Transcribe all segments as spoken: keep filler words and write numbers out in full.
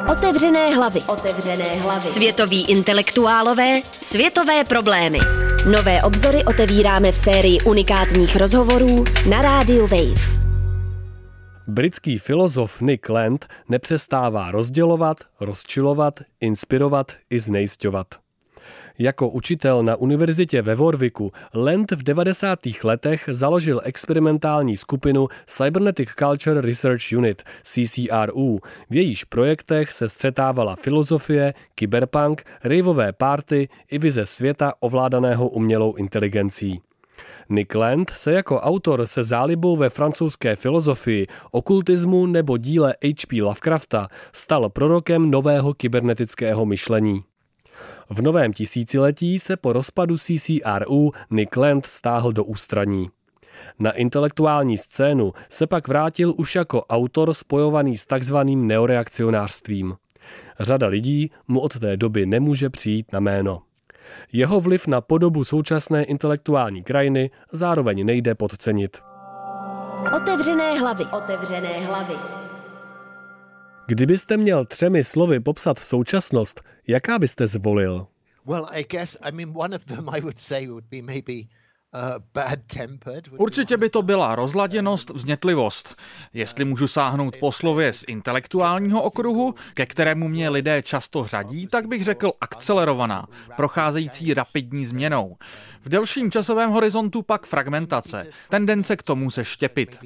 Otevřené hlavy. Otevřené hlavy. Světoví intelektuálové, světové problémy. Nové obzory otevíráme v sérii unikátních rozhovorů na rádiu Wave. Britský filozof Nick Land nepřestává rozdělovat, rozčilovat, inspirovat i znejisťovat. Jako učitel na univerzitě ve Warwicku Land v devadesátých letech založil experimentální skupinu Cybernetic Culture Research Unit C C R U. V jejíž projektech se střetávala filozofie, kyberpunk, raveové party i vize světa ovládaného umělou inteligencí. Nick Land se jako autor se zálibou ve francouzské filozofii, okultismu nebo díle H P Lovecrafta stal prorokem nového kybernetického myšlení. V novém tisíciletí se po rozpadu C C R U Nick Land stáhl do ústraní. Na intelektuální scénu se pak vrátil už jako autor spojovaný s takzvaným neoreakcionářstvím. Řada lidí mu od té doby nemůže přijít na jméno. Jeho vliv na podobu současné intelektuální krajiny zároveň nejde podcenit. Otevřené hlavy. Otevřené hlavy. Kdybyste měl třemi slovy popsat současnost, jaká byste zvolil? Well, I guess, I mean, one of them I would say would be maybe uh, bad-tempered. Určitě by to byla rozladěnost, vznětlivost. Jestli můžu sáhnout po slově z intelektuálního okruhu, ke kterému mě lidé často řadí, tak bych řekl akcelerovaná, procházející rapidní změnou. V delším časovém horizontu pak fragmentace, tendence k tomu se štěpit.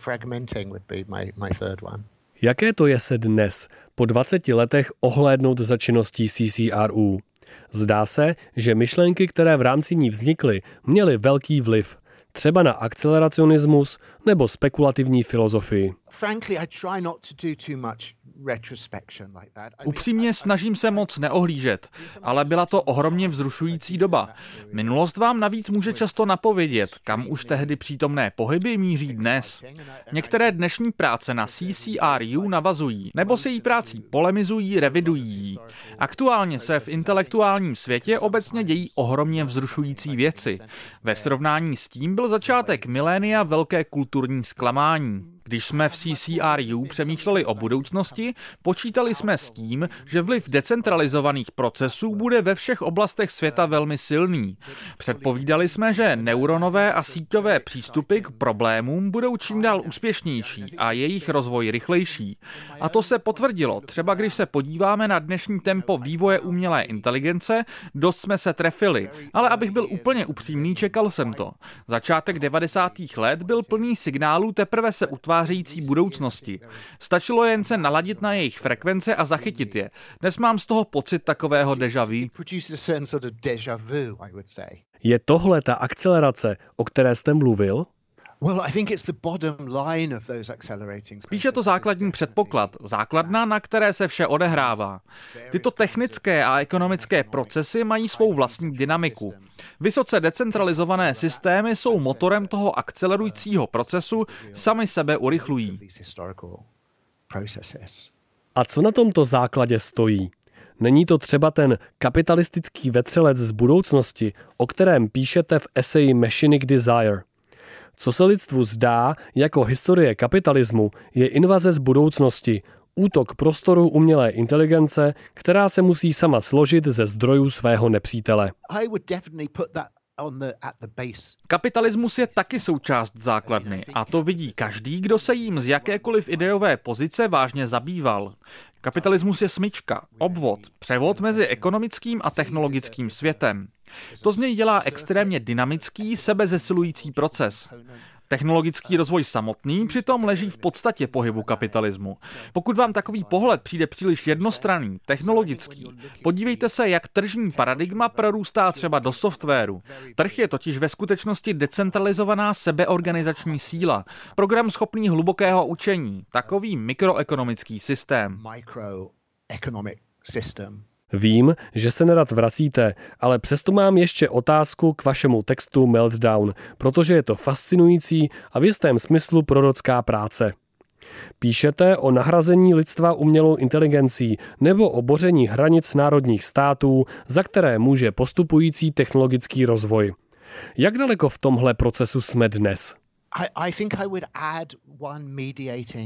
Jaké to je se dnes, po dvaceti letech, ohlédnout za činností C C R U? Zdá se, že myšlenky, které v rámci ní vznikly, měly velký vliv, třeba na akceleracionismus nebo spekulativní filozofii. Upřímně snažím se moc neohlížet, ale byla to ohromně vzrušující doba. Minulost vám navíc může často napovědět, kam už tehdy přítomné pohyby míří dnes. Některé dnešní práce na C C R U navazují, nebo se jí prácí polemizují, revidují jí. Aktuálně se v intelektuálním světě obecně dějí ohromně vzrušující věci. Ve srovnání s tím byl začátek milénia velké kulturní zklamání. Když jsme v C C R U přemýšleli o budoucnosti, počítali jsme s tím, že vliv decentralizovaných procesů bude ve všech oblastech světa velmi silný. Předpovídali jsme, že neuronové a síťové přístupy k problémům budou čím dál úspěšnější a jejich rozvoj rychlejší. A to se potvrdilo, třeba když se podíváme na dnešní tempo vývoje umělé inteligence, dost jsme se trefili, ale abych byl úplně upřímný, čekal jsem to. Začátek devadesátých let byl plný signálů teprve se utvářející budoucnosti. Stačilo jen se naladit na jejich frekvence a zachytit je. Dnes mám z toho pocit takového déjà vu. Je tohle ta akcelerace, o které jste mluvil? Spíše to základní předpoklad, základna, na které se vše odehrává. Tyto technické a ekonomické procesy mají svou vlastní dynamiku. Vysoce decentralizované systémy jsou motorem toho akcelerujícího procesu, sami sebe urychlují. A co na tomto základě stojí? Není to třeba ten kapitalistický vetřelec z budoucnosti, o kterém píšete v eseji Machinic Desire? Co se lidstvu zdá jako historie kapitalismu, je invaze z budoucnosti, útok prostoru umělé inteligence, která se musí sama složit ze zdrojů svého nepřítele. Kapitalismus je taky součást základny a to vidí každý, kdo se jím z jakékoliv ideové pozice vážně zabýval. Kapitalismus je smyčka, obvod, převod mezi ekonomickým a technologickým světem. To z něj dělá extrémně dynamický, sebezesilující proces. Technologický rozvoj samotný přitom leží v podstatě pohybu kapitalismu. Pokud vám takový pohled přijde příliš jednostranný, technologický, podívejte se, jak tržní paradigma prorůstá třeba do softwaru. Trh je totiž ve skutečnosti decentralizovaná sebeorganizační síla, program schopný hlubokého učení, takový mikroekonomický systém. Vím, že se nerad vracíte, ale přesto mám ještě otázku k vašemu textu Meltdown, protože je to fascinující a v jistém smyslu prorocká práce. Píšete o nahrazení lidstva umělou inteligencí nebo o boření hranic národních států, za které může postupující technologický rozvoj. Jak daleko v tomhle procesu jsme dnes? I, I think I would add one mediating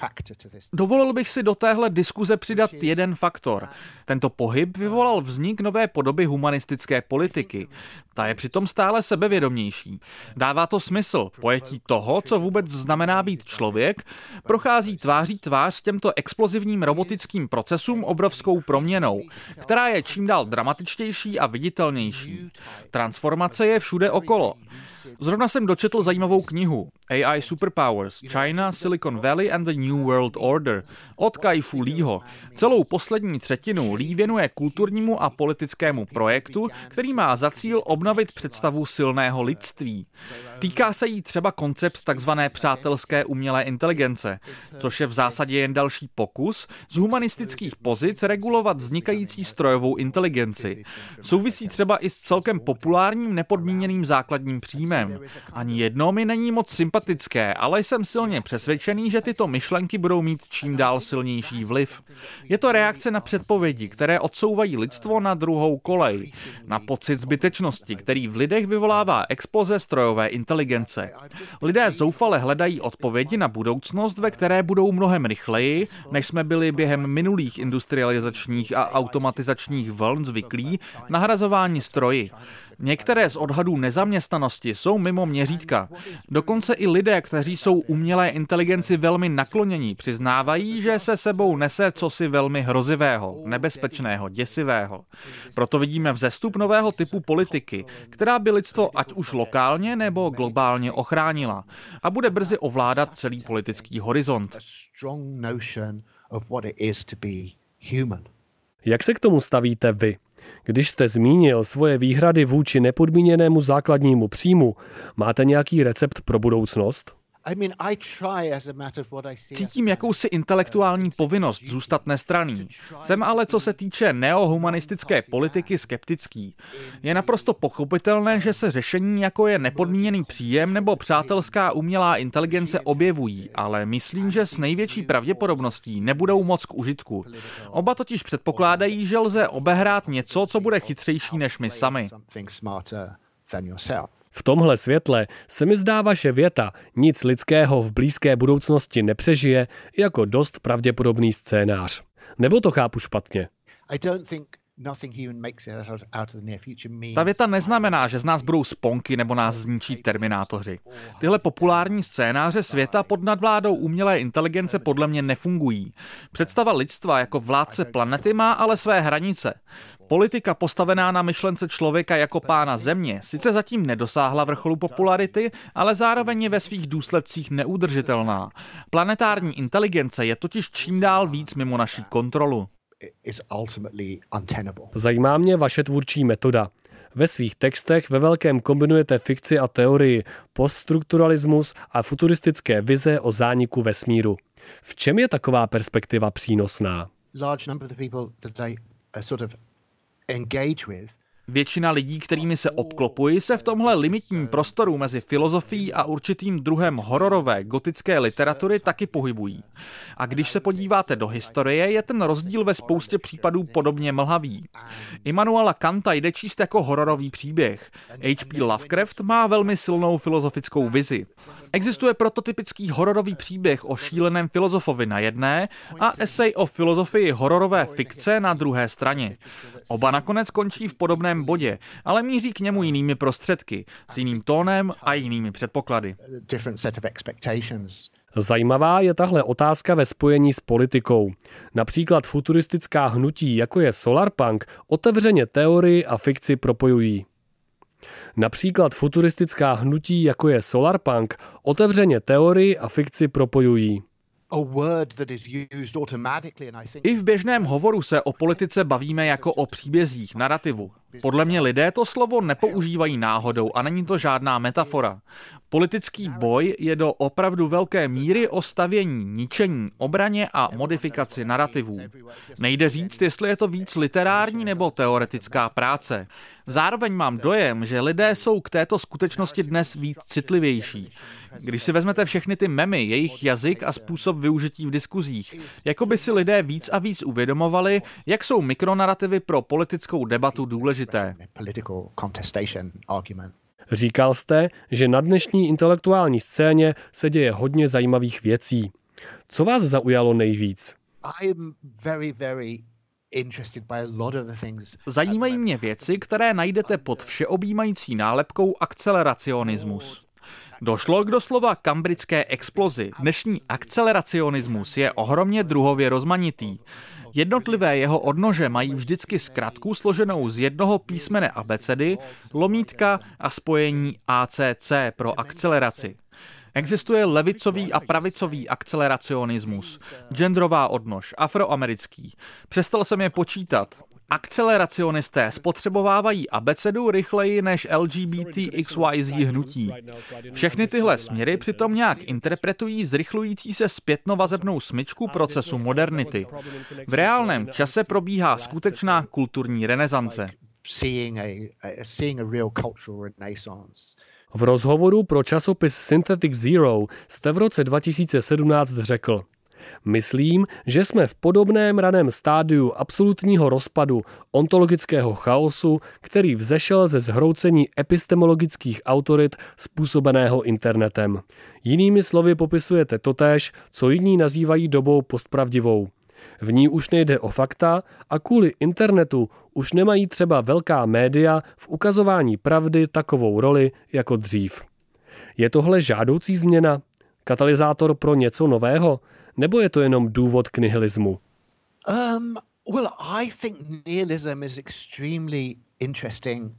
Dovolil bych si do téhle diskuze přidat jeden faktor. Tento pohyb vyvolal vznik nové podoby humanistické politiky. Ta je přitom stále sebevědomější. Dává to smysl. Pojetí toho, co vůbec znamená být člověk, prochází tváří tvář s těmto explozivním robotickým procesům obrovskou proměnou, která je čím dál dramatičtější a viditelnější. Transformace je všude okolo. Zrovna jsem dočetl zajímavou knihu A I Superpowers, China, Silicon Valley and the New World Order od Kai-Fu Leeho. Celou poslední třetinu Lee věnuje kulturnímu a politickému projektu, který má za cíl obnovit představu silného lidství. Týká se jí třeba koncept takzvané přátelské umělé inteligence, což je v zásadě jen další pokus z humanistických pozic regulovat vznikající strojovou inteligenci. Souvisí třeba i s celkem populárním nepodmíněným základním příjmem. Ani jedno mi není moc sympatické, ale jsem silně přesvědčený, že tyto myšlenky budou mít čím dál silnější vliv. Je to reakce na předpovědi, které odsouvají lidstvo na druhou kolej, na pocit zbytečnosti, který v lidech vyvolává exploze strojové inteligence. Lidé zoufale hledají odpovědi na budoucnost, ve které budou mnohem rychleji, než jsme byli během minulých industrializačních a automatizačních vln zvyklí, nahrazování stroji. Některé z odhadů nezaměstnanosti jsou mimo měřítka. Dokonce i lidé, kteří jsou umělé inteligenci velmi naklonění, přiznávají, že se sebou nese cosi velmi hrozivého, nebezpečného, děsivého. Proto vidíme vzestup nového typu politiky, která by lidstvo ať už lokálně nebo globálně ochránila a bude brzy ovládat celý politický horizont. Jak se k tomu stavíte vy? Když jste zmínil svoje výhrady vůči nepodmíněnému základnímu příjmu, máte nějaký recept pro budoucnost? Cítím jakousi intelektuální povinnost zůstat nestranný. Jsem ale, co se týče neohumanistické politiky, skeptický. Je naprosto pochopitelné, že se řešení, jako je nepodmíněný příjem nebo přátelská umělá inteligence, objevují, ale myslím, že s největší pravděpodobností nebudou moc k užitku. Oba totiž předpokládají, že lze obehrát něco, co bude chytřejší než my sami. V tomhle světle se mi zdá vaše věta nic lidského v blízké budoucnosti nepřežije jako dost pravděpodobný scénář. Nebo to chápu špatně? Ta věta neznamená, že z nás budou sponky nebo nás zničí terminátoři. Tyhle populární scénáře světa pod nadvládou umělé inteligence podle mě nefungují. Představa lidstva jako vládce planety má ale své hranice. Politika postavená na myšlence člověka jako pána země sice zatím nedosáhla vrcholu popularity, ale zároveň je ve svých důsledcích neudržitelná. Planetární inteligence je totiž čím dál víc mimo naši kontrolu. Zajímá mě vaše tvůrčí metoda. Ve svých textech ve velkém kombinujete fikci a teorii, poststrukturalismus a futuristické vize o zániku vesmíru. V čem je taková perspektiva přínosná? Většina lidí, kterými se obklopuji, se v tomhle limitním prostoru mezi filozofií a určitým druhem hororové gotické literatury taky pohybují. A když se podíváte do historie, je ten rozdíl ve spoustě případů podobně mlhavý. Immanuela Kanta jde číst jako hororový příběh. H P Lovecraft má velmi silnou filozofickou vizi. Existuje prototypický hororový příběh o šíleném filozofovi na jedné a esej o filozofii hororové fikce na druhé straně. Oba nakonec končí v podobném bodě, ale míří k němu jinými prostředky, s jiným tónem a jinými předpoklady. Zajímavá je tahle otázka ve spojení s politikou. Například futuristická hnutí, jako je solarpunk, otevřeně teorii a fikci propojují. Například futuristická hnutí, jako je solarpunk, otevřeně teorii a fikci propojují. I v běžném hovoru se o politice bavíme jako o příbězích, narrativu. Podle mě lidé to slovo nepoužívají náhodou a není to žádná metafora. Politický boj je do opravdu velké míry o stavění, ničení, obraně a modifikaci narrativů. Nejde říct, jestli je to víc literární nebo teoretická práce. Zároveň mám dojem, že lidé jsou k této skutečnosti dnes víc citlivější. Když si vezmete všechny ty memy, jejich jazyk a způsob využití v diskuzích, jako by si lidé víc a víc uvědomovali, jak jsou mikronarativy pro politickou debatu důležité. Říkal jste, že na dnešní intelektuální scéně se děje hodně zajímavých věcí. Co vás zaujalo nejvíc? I'm very, very Zajímají mě věci, které najdete pod všeobjímající nálepkou akceleracionismus. Došlo k doslova kambridské explozi. Dnešní akceleracionismus je ohromně druhově rozmanitý. Jednotlivé jeho odnože mají vždycky zkratku složenou z jednoho písmene abecedy, lomítka a spojení A C C pro akceleraci. Existuje levicový a pravicový akceleracionismus, genderová odnož, afroamerický. Přestal jsem je počítat. Akceleracionisté spotřebovávají abecedu rychleji než L G B T X Y Z hnutí. Všechny tyhle směry přitom nějak interpretují zrychlující se zpětnovazebnou smyčku procesu modernity. V reálném čase probíhá skutečná kulturní renesance. V rozhovoru pro časopis Synthetic Zero jste v roce dva tisíce sedmnáct řekl: Myslím, že jsme v podobném raném stádiu absolutního rozpadu, ontologického chaosu, který vzešel ze zhroucení epistemologických autorit způsobeného internetem. Jinými slovy popisujete totéž, co jiní nazývají dobou postpravdivou. V ní už nejde o fakta a kvůli internetu už nemají třeba velká média v ukazování pravdy takovou roli jako dřív. Je tohle žádoucí změna? Katalyzátor pro něco nového? Nebo je to jenom důvod k nihilismu? Um, well, I think nihilism is extremely interesting.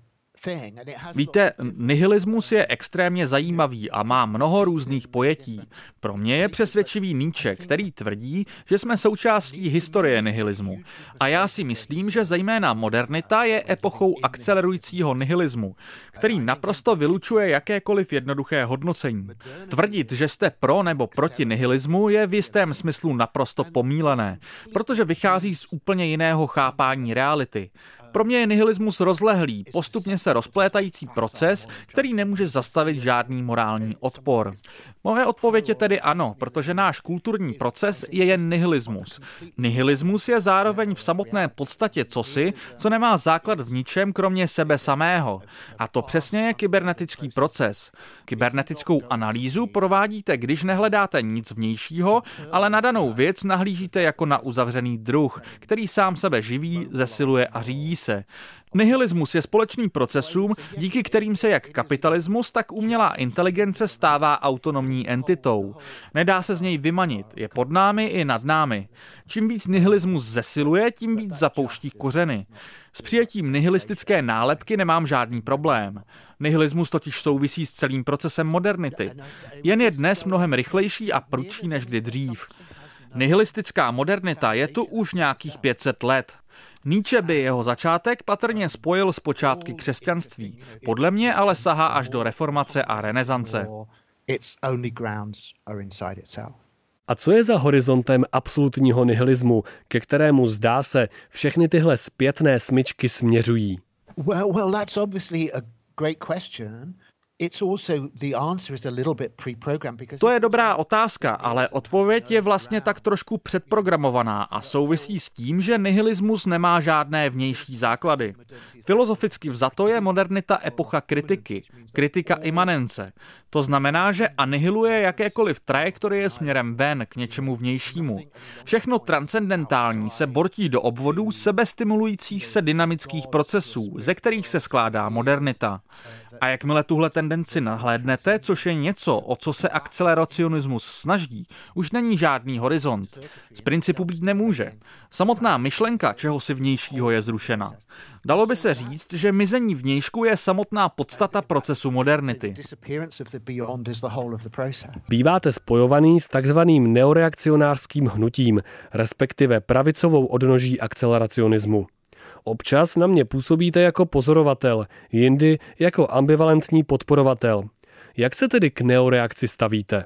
Víte, nihilismus je extrémně zajímavý a má mnoho různých pojetí. Pro mě je přesvědčivý Nietzsche, který tvrdí, že jsme součástí historie nihilismu. A já si myslím, že zejména modernita je epochou akcelerujícího nihilismu, který naprosto vylučuje jakékoliv jednoduché hodnocení. Tvrdit, že jste pro nebo proti nihilismu, je v jistém smyslu naprosto pomílené, protože vychází z úplně jiného chápání reality. Pro mě je nihilismus rozlehlý, postupně se rozplétající proces, který nemůže zastavit žádný morální odpor. Moje odpověď je tedy ano, protože náš kulturní proces je jen nihilismus. Nihilismus je zároveň v samotné podstatě cosi, co nemá základ v ničem kromě sebe samého. A to přesně je kybernetický proces. Kybernetickou analýzu provádíte, když nehledáte nic vnějšího, ale na danou věc nahlížíte jako na uzavřený druh, který sám sebe živí, zesiluje a řídí se. Nihilismus je společný procesům, díky kterým se jak kapitalismus, tak umělá inteligence stává autonomní entitou. Nedá se z něj vymanit, je pod námi i nad námi. Čím víc nihilismus zesiluje, tím víc zapouští kořeny. S přijetím nihilistické nálepky nemám žádný problém. Nihilismus totiž souvisí s celým procesem modernity. Jen je dnes mnohem rychlejší a prudší než kdy dřív. Nihilistická modernita je tu už nějakých pět set let. Nietzsche by jeho začátek patrně spojil s počátky křesťanství. Podle mě ale sahá až do reformace a renesance. A co je za horizontem absolutního nihilismu, ke kterému zdá se všechny tyhle zpětné smyčky směřují? Well, well, that's obviously a great question. To je dobrá otázka, ale odpověď je vlastně tak trošku předprogramovaná a souvisí s tím, že nihilismus nemá žádné vnější základy. Filozoficky vzato je modernita epocha kritiky, kritika imanence. To znamená, že anihiluje jakékoliv trajektorie směrem ven k něčemu vnějšímu. Všechno transcendentální se bortí do obvodů sebestimulujících se dynamických procesů, ze kterých se skládá modernita. A jakmile tuhle tendenci nahlédnete, což je něco, o co se akceleracionismus snaží, už není žádný horizont. Z principu být nemůže. Samotná myšlenka čehosi vnějšího je zrušena. Dalo by se říct, že mizení vnějšku je samotná podstata procesu modernity. Býváte spojovaný s takzvaným neoreakcionářským hnutím, respektive pravicovou odnoží akceleracionismu. Občas na mě působíte jako pozorovatel, jindy jako ambivalentní podporovatel. Jak se tedy k neoreakci stavíte?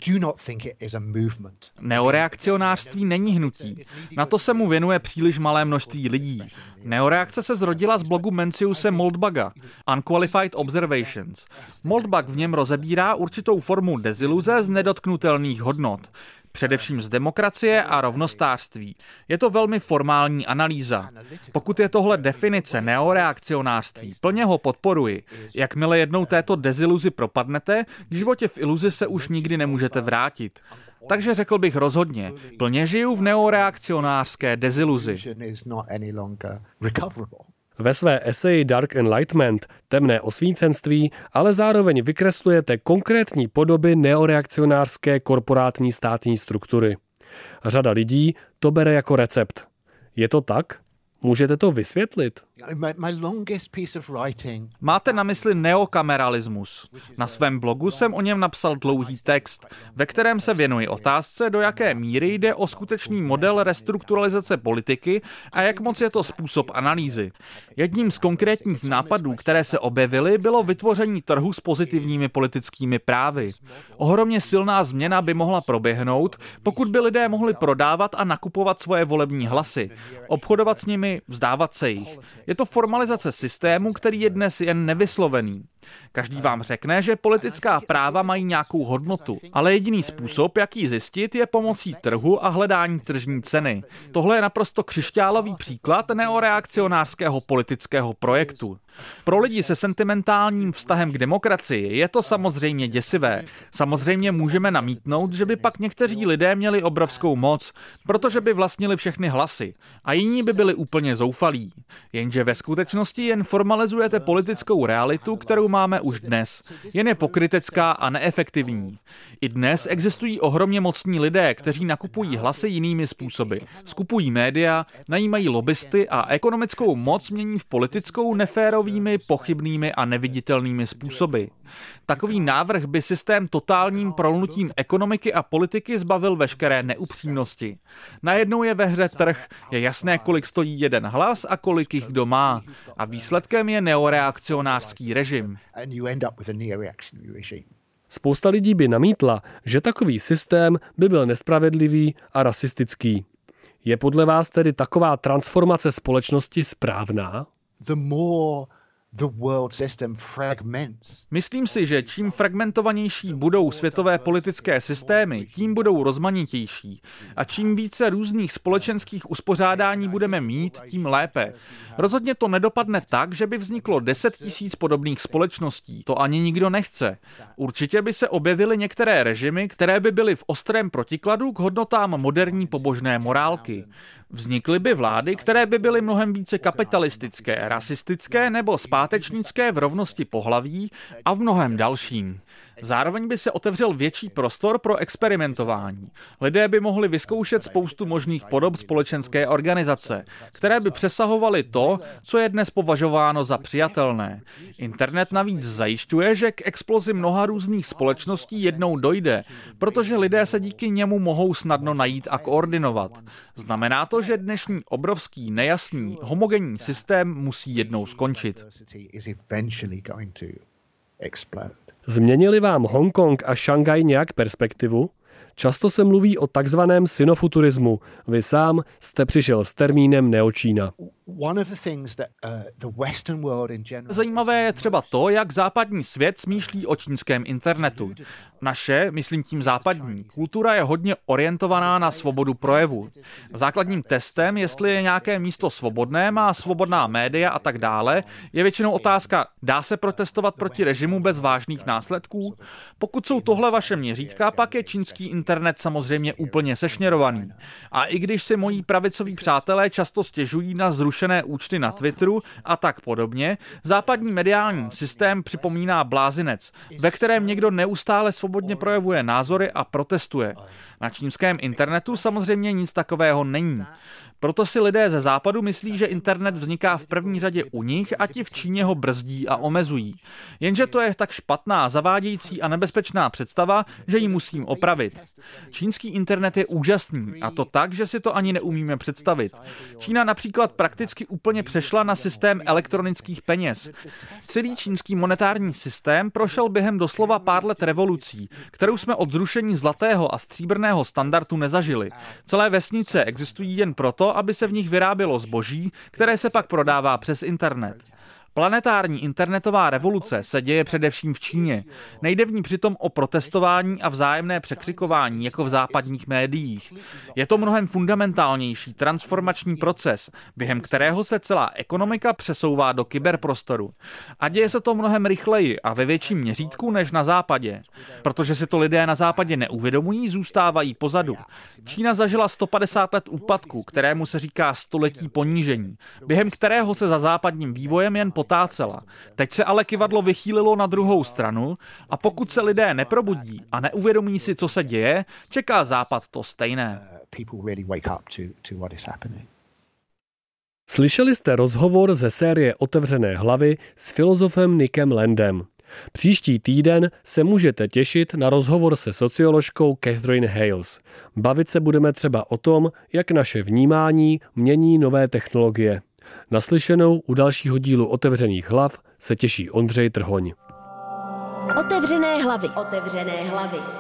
Neoreakcionářství není hnutí. Na to se mu věnuje příliš malé množství lidí. Neoreakce se zrodila z blogu Menciuse Moldbaga, Unqualified Observations. Moldbag v něm rozebírá určitou formu deziluze z nedotknutelných hodnot. Především z demokracie a rovnostářství. Je to velmi formální analýza. Pokud je tohle definice neoreakcionářství, plně ho podporuji. Jakmile jednou této deziluzi propadnete, k životě v iluzi se už nikdy nemůžete vrátit. Takže řekl bych rozhodně, plně žiju v neoreakcionářské deziluzi. Ve své eseji Dark Enlightenment, temné osvícenství, ale zároveň vykreslujete konkrétní podoby neoreakcionářské korporátní státní struktury. Řada lidí to bere jako recept. Je to tak? Můžete to vysvětlit? Máte na mysli neokameralismus. Na svém blogu jsem o něm napsal dlouhý text, ve kterém se věnuji otázce, do jaké míry jde o skutečný model restrukturalizace politiky a jak moc je to způsob analýzy. Jedním z konkrétních nápadů, které se objevily, bylo vytvoření trhu s pozitivními politickými právy. Ohromně silná změna by mohla proběhnout, pokud by lidé mohli prodávat a nakupovat svoje volební hlasy, obchodovat s nimi, vzdávat se jich. Je to formalizace systému, který je dnes jen nevyslovený. Každý vám řekne, že politická práva mají nějakou hodnotu, ale jediný způsob, jak ji zjistit, je pomocí trhu a hledání tržní ceny. Tohle je naprosto křišťálový příklad neoreakcionářského politického projektu. Pro lidi se sentimentálním vztahem k demokracii je to samozřejmě děsivé. Samozřejmě můžeme namítnout, že by pak někteří lidé měli obrovskou moc, protože by vlastnili všechny hlasy a jiní by byli úplně zoufalí. Jenže ve skutečnosti jen formalizujete politickou realitu, kterou máme už dnes. Jen je pokrytecká a neefektivní. I dnes existují ohromně mocní lidé, kteří nakupují hlasy jinými způsoby. Skupují média, najímají lobbysty a ekonomickou moc mění v politickou neférovými, pochybnými a neviditelnými způsoby. Takový návrh by systém totálním prolnutím ekonomiky a politiky zbavil veškeré neupřímnosti. Najednou je ve hře trh, je jasné, kolik stojí jeden hlas a kolik jich kdo má. A výsledkem je neoreakcionářský režim. Spousta lidí by namítla, že takový systém by byl nespravedlivý a rasistický. Je podle vás tedy taková transformace společnosti správná? The more the world system fragments. Myslím si, že čím fragmentovanější budou světové politické systémy, tím budou rozmanitější. A čím více různých společenských uspořádání budeme mít, tím lépe. Rozhodně to nedopadne tak, že by vzniklo deset tisíc podobných společností. To ani nikdo nechce. Určitě by se objevily některé režimy, které by byly v ostrém protikladu k hodnotám moderní pobožné morálky. Vznikly by vlády, které by byly mnohem více kapitalistické, rasistické nebo zpátečnické v rovnosti pohlaví a v mnohem dalším. Zároveň by se otevřel větší prostor pro experimentování. Lidé by mohli vyzkoušet spoustu možných podob společenské organizace, které by přesahovaly to, co je dnes považováno za přijatelné. Internet navíc zajišťuje, že k explozi mnoha různých společností jednou dojde, protože lidé se díky němu mohou snadno najít a koordinovat. Znamená to, že dnešní obrovský, nejasný, homogenní systém musí jednou skončit. Změnili vám Hongkong a Šanghaj nějak perspektivu? Často se mluví o takzvaném sinofuturismu. Vy sám jste přišel s termínem neočína. Zajímavé je třeba to, jak západní svět smýšlí o čínském internetu. Naše, myslím tím západní, kultura je hodně orientovaná na svobodu projevu. Základním testem, jestli je nějaké místo svobodné, má svobodná média a tak dále, je většinou otázka, dá se protestovat proti režimu bez vážných následků? Pokud jsou tohle vaše měřítka, pak je čínský internet samozřejmě úplně sešněrovaný. A i když si moji pravicoví přátelé často stěžují na zrušené účty na Twitteru a tak podobně, západní mediální systém připomíná blázinec, ve kterém někdo neustále svobodně projevuje názory a protestuje. Na čínském internetu samozřejmě nic takového není. Proto si lidé ze západu myslí, že internet vzniká v první řadě u nich a ti v Číně ho brzdí a omezují. Jenže to je tak špatná, zavádějící a nebezpečná představa, že ji musím opravit. Čínský internet je úžasný a to tak, že si to ani neumíme představit. Čína například prakticky úplně přešla na systém elektronických peněz. Celý čínský monetární systém prošel během doslova pár let revolucí, kterou jsme od zrušení zlatého a stříbrného standardu nezažili. Celé vesnice existují jen proto, aby se v nich vyrábělo zboží, které se pak prodává přes internet. Planetární internetová revoluce se děje především v Číně. Nejde v ní přitom o protestování a vzájemné překřikování jako v západních médiích. Je to mnohem fundamentálnější transformační proces, během kterého se celá ekonomika přesouvá do kyberprostoru. A děje se to mnohem rychleji a ve větším měřítku než na západě. Protože si to lidé na západě neuvědomují, zůstávají pozadu. Čína zažila sto padesát let úpadku, kterému se říká století ponížení, během kterého se za západním vývojem jen potácela. Teď se ale kyvadlo vychýlilo na druhou stranu a pokud se lidé neprobudí a neuvědomí si, co se děje, čeká západ to stejné. Slyšeli jste rozhovor ze série Otevřené hlavy s filozofem Nickem Landem. Příští týden se můžete těšit na rozhovor se socioložkou Catherine Hales. Bavit se budeme třeba o tom, jak naše vnímání mění nové technologie. Naslyšenou u dalšího dílu Otevřených hlav se těší Ondřej Trhoň. Otevřené hlavy. Otevřené hlavy.